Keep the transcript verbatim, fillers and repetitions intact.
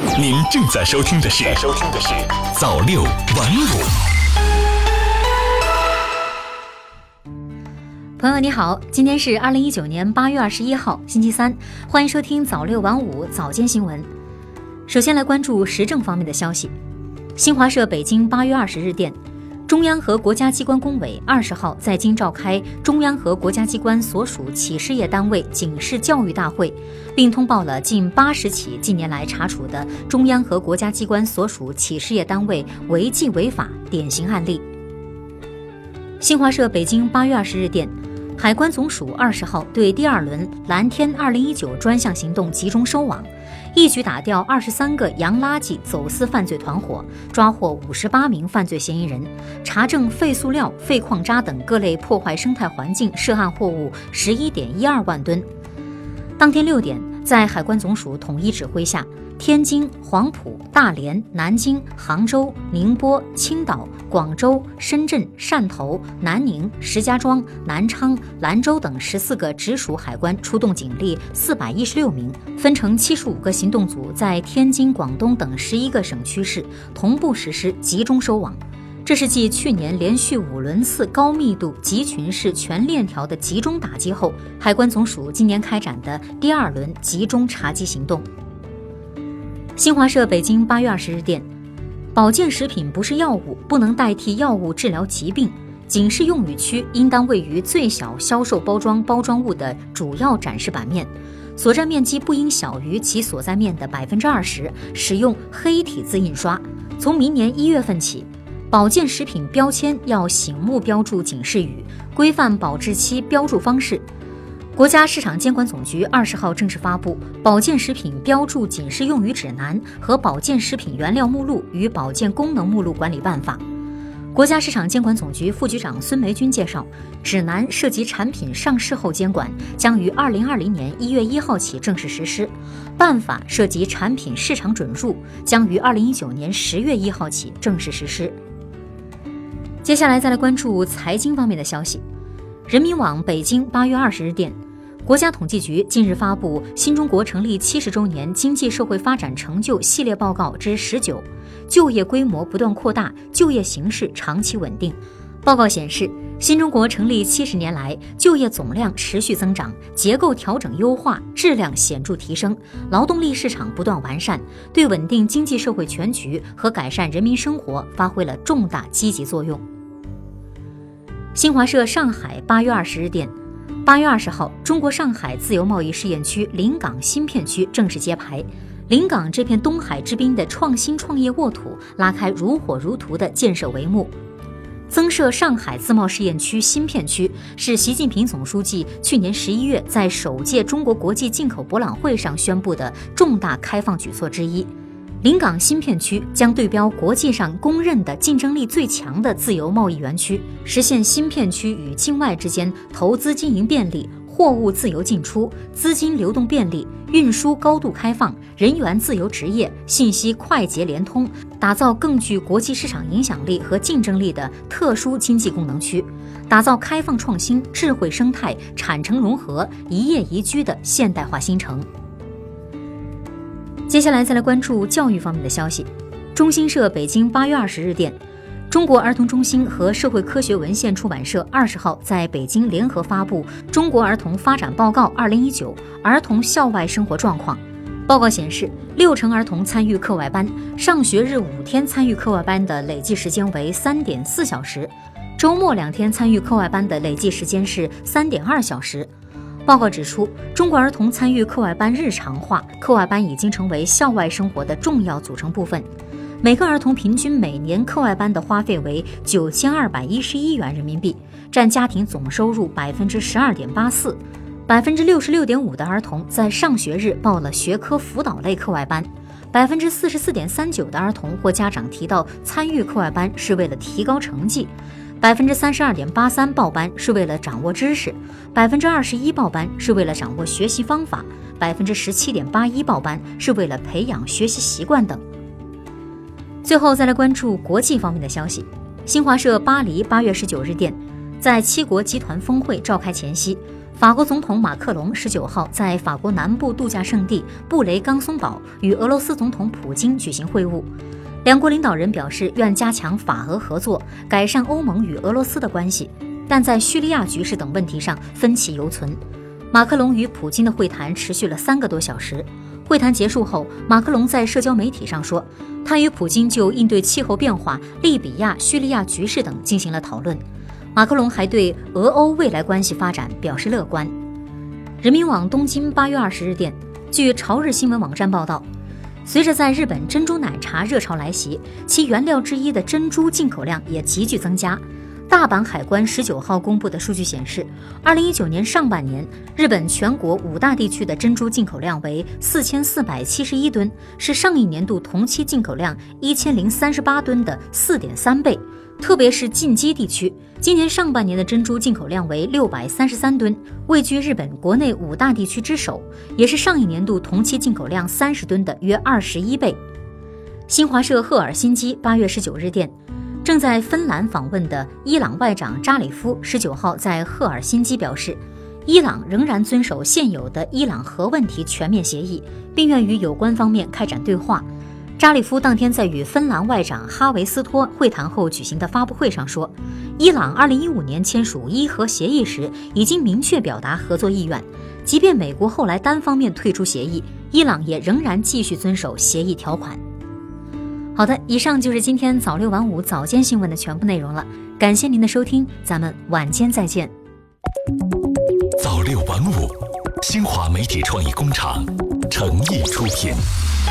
您正在收听的是收听的是早六晚五。 朋友你好，今天是二零一九年八月二十一号，星期三，欢迎收听早六晚五早间新闻。首先来关注时政方面的消息。新华社北京八月二十日电，中央和国家机关工委二十号在京召开中央和国家机关所属企事业单位警示教育大会，并通报了近八十起近年来查处的中央和国家机关所属企事业单位违纪违法典型案例。新华社北京八月二十日电，海关总署二十号对第二轮蓝天二零一九专项行动集中收网，一举打掉二十三个洋垃圾走私犯罪团伙，抓获五十八名犯罪嫌疑人，查证废塑料、废矿渣等各类破坏生态环境涉案货物十一点一二万吨。当天六点，在海关总署统一指挥下，天津、黄埔、大连、南京、杭州、宁波、青岛、广州、深圳、汕头、南宁、石家庄、南昌、兰州等十四个直属海关出动警力四百一十六名，分成七十五个行动组，在天津、广东等十一个省区市同步实施集中收网。这是继去年连续五轮次高密度集群式全链条的集中打击后，海关总署今年开展的第二轮集中查缉行动。新华社北京八月二十日电，保健食品不是药物，不能代替药物治疗疾病，警示用语区应当位于最小销售包装包装物的主要展示版面，所占面积不应小于其所在面的百分之二十，使用黑体字印刷。从明年一月份起，保健食品标签要醒目标注警示语，规范保质期标注方式。国家市场监管总局二十号正式发布《保健食品标注警示用语指南》和《保健食品原料目录与保健功能目录管理办法》。国家市场监管总局副局长孙梅军介绍，指南涉及产品上市后监管，将于二零二零年一月一号起正式实施；办法涉及产品市场准入，将于二零一九年十月一号起正式实施。接下来再来关注财经方面的消息。人民网北京八月二十日电，国家统计局近日发布《新中国成立七十周年经济社会发展成就系列报告之十九》，就业规模不断扩大，就业形势长期稳定。报告显示，新中国成立七十年来，就业总量持续增长，结构调整优化，质量显著提升，劳动力市场不断完善，对稳定经济社会全局和改善人民生活发挥了重大积极作用。新华社上海八月二十日电，八月二十号，中国上海自由贸易试验区临港新片区正式揭牌。临港这片东海之滨的创新创业沃土拉开如火如荼的建设帷幕。增设上海自贸试验区新片区是习近平总书记去年十一月在首届中国国际进口博览会上宣布的重大开放举措之一。临港新片区将对标国际上公认的竞争力最强的自由贸易园区，实现新片区与境外之间投资经营便利、货物自由进出、资金流动便利、运输高度开放、人员自由职业、信息快捷联通，打造更具国际市场影响力和竞争力的特殊经济功能区，打造开放创新、智慧生态、产城融合、一业宜居的现代化新城。接下来再来关注教育方面的消息。中新社北京八月二十日电，中国儿童中心和社会科学文献出版社二十号在北京联合发布《中国儿童发展报告二零一九》儿童校外生活状况。报告显示，六成儿童参与课外班，上学日五天参与课外班的累计时间为三点四小时，周末两天参与课外班的累计时间是三点二小时。报告指出，中国儿童参与课外班日常化，课外班已经成为校外生活的重要组成部分。每个儿童平均每年课外班的花费为九千二百一十一元人民币，占家庭总收入百分之十二点八四。百分之六十六点五的儿童在上学日报了学科辅导类课外班，百分之四十四点三九的儿童或家长提到参与课外班是为了提高成绩。百分之三十二点八三报班是为了掌握知识，百分之二十一报班是为了掌握学习方法，百分之十七点八一报班是为了培养学习习惯等。最后再来关注国际方面的消息。新华社巴黎八月十九日电，在七国集团峰会召开前夕， 法国总统马克龙十九号在法国南部度假胜地布雷冈松堡与俄罗斯总统普京举行会晤，两国领导人表示愿加强法俄合作，改善欧盟与俄罗斯的关系，但在叙利亚局势等问题上分歧犹存。马克龙与普京的会谈持续了三个多小时。会谈结束后，马克龙在社交媒体上说，他与普京就应对气候变化、利比亚、叙利亚局势等进行了讨论。马克龙还对俄欧未来关系发展表示乐观。人民网东京八月二十日电，据朝日新闻网站报道，随着在日本珍珠奶茶热潮来袭，其原料之一的珍珠进口量也急剧增加。大阪海关十九号公布的数据显示，二零一九年上半年，日本全国五大地区的珍珠进口量为四千四百七十一吨，是上一年度同期进口量一千零三十八吨的四点三倍。特别是近畿地区，今年上半年的珍珠进口量为六百三十三吨，位居日本国内五大地区之首，也是上一年度同期进口量三十吨的约二十一倍。新华社赫尔辛基八月十九日电，正在芬兰访问的伊朗外长扎里夫十九号在赫尔辛基表示，伊朗仍然遵守现有的伊朗核问题全面协议，并愿与有关方面开展对话。扎里夫当天在与芬兰外长哈维斯托会谈后举行的发布会上说，伊朗二零一五年签署伊核协议时已经明确表达合作意愿，即便美国后来单方面退出协议，伊朗也仍然继续遵守协议条款。好的，以上就是今天早六晚五早间新闻的全部内容了，感谢您的收听，咱们晚间再见。 早六晚五，新华媒体创意工厂诚意出品。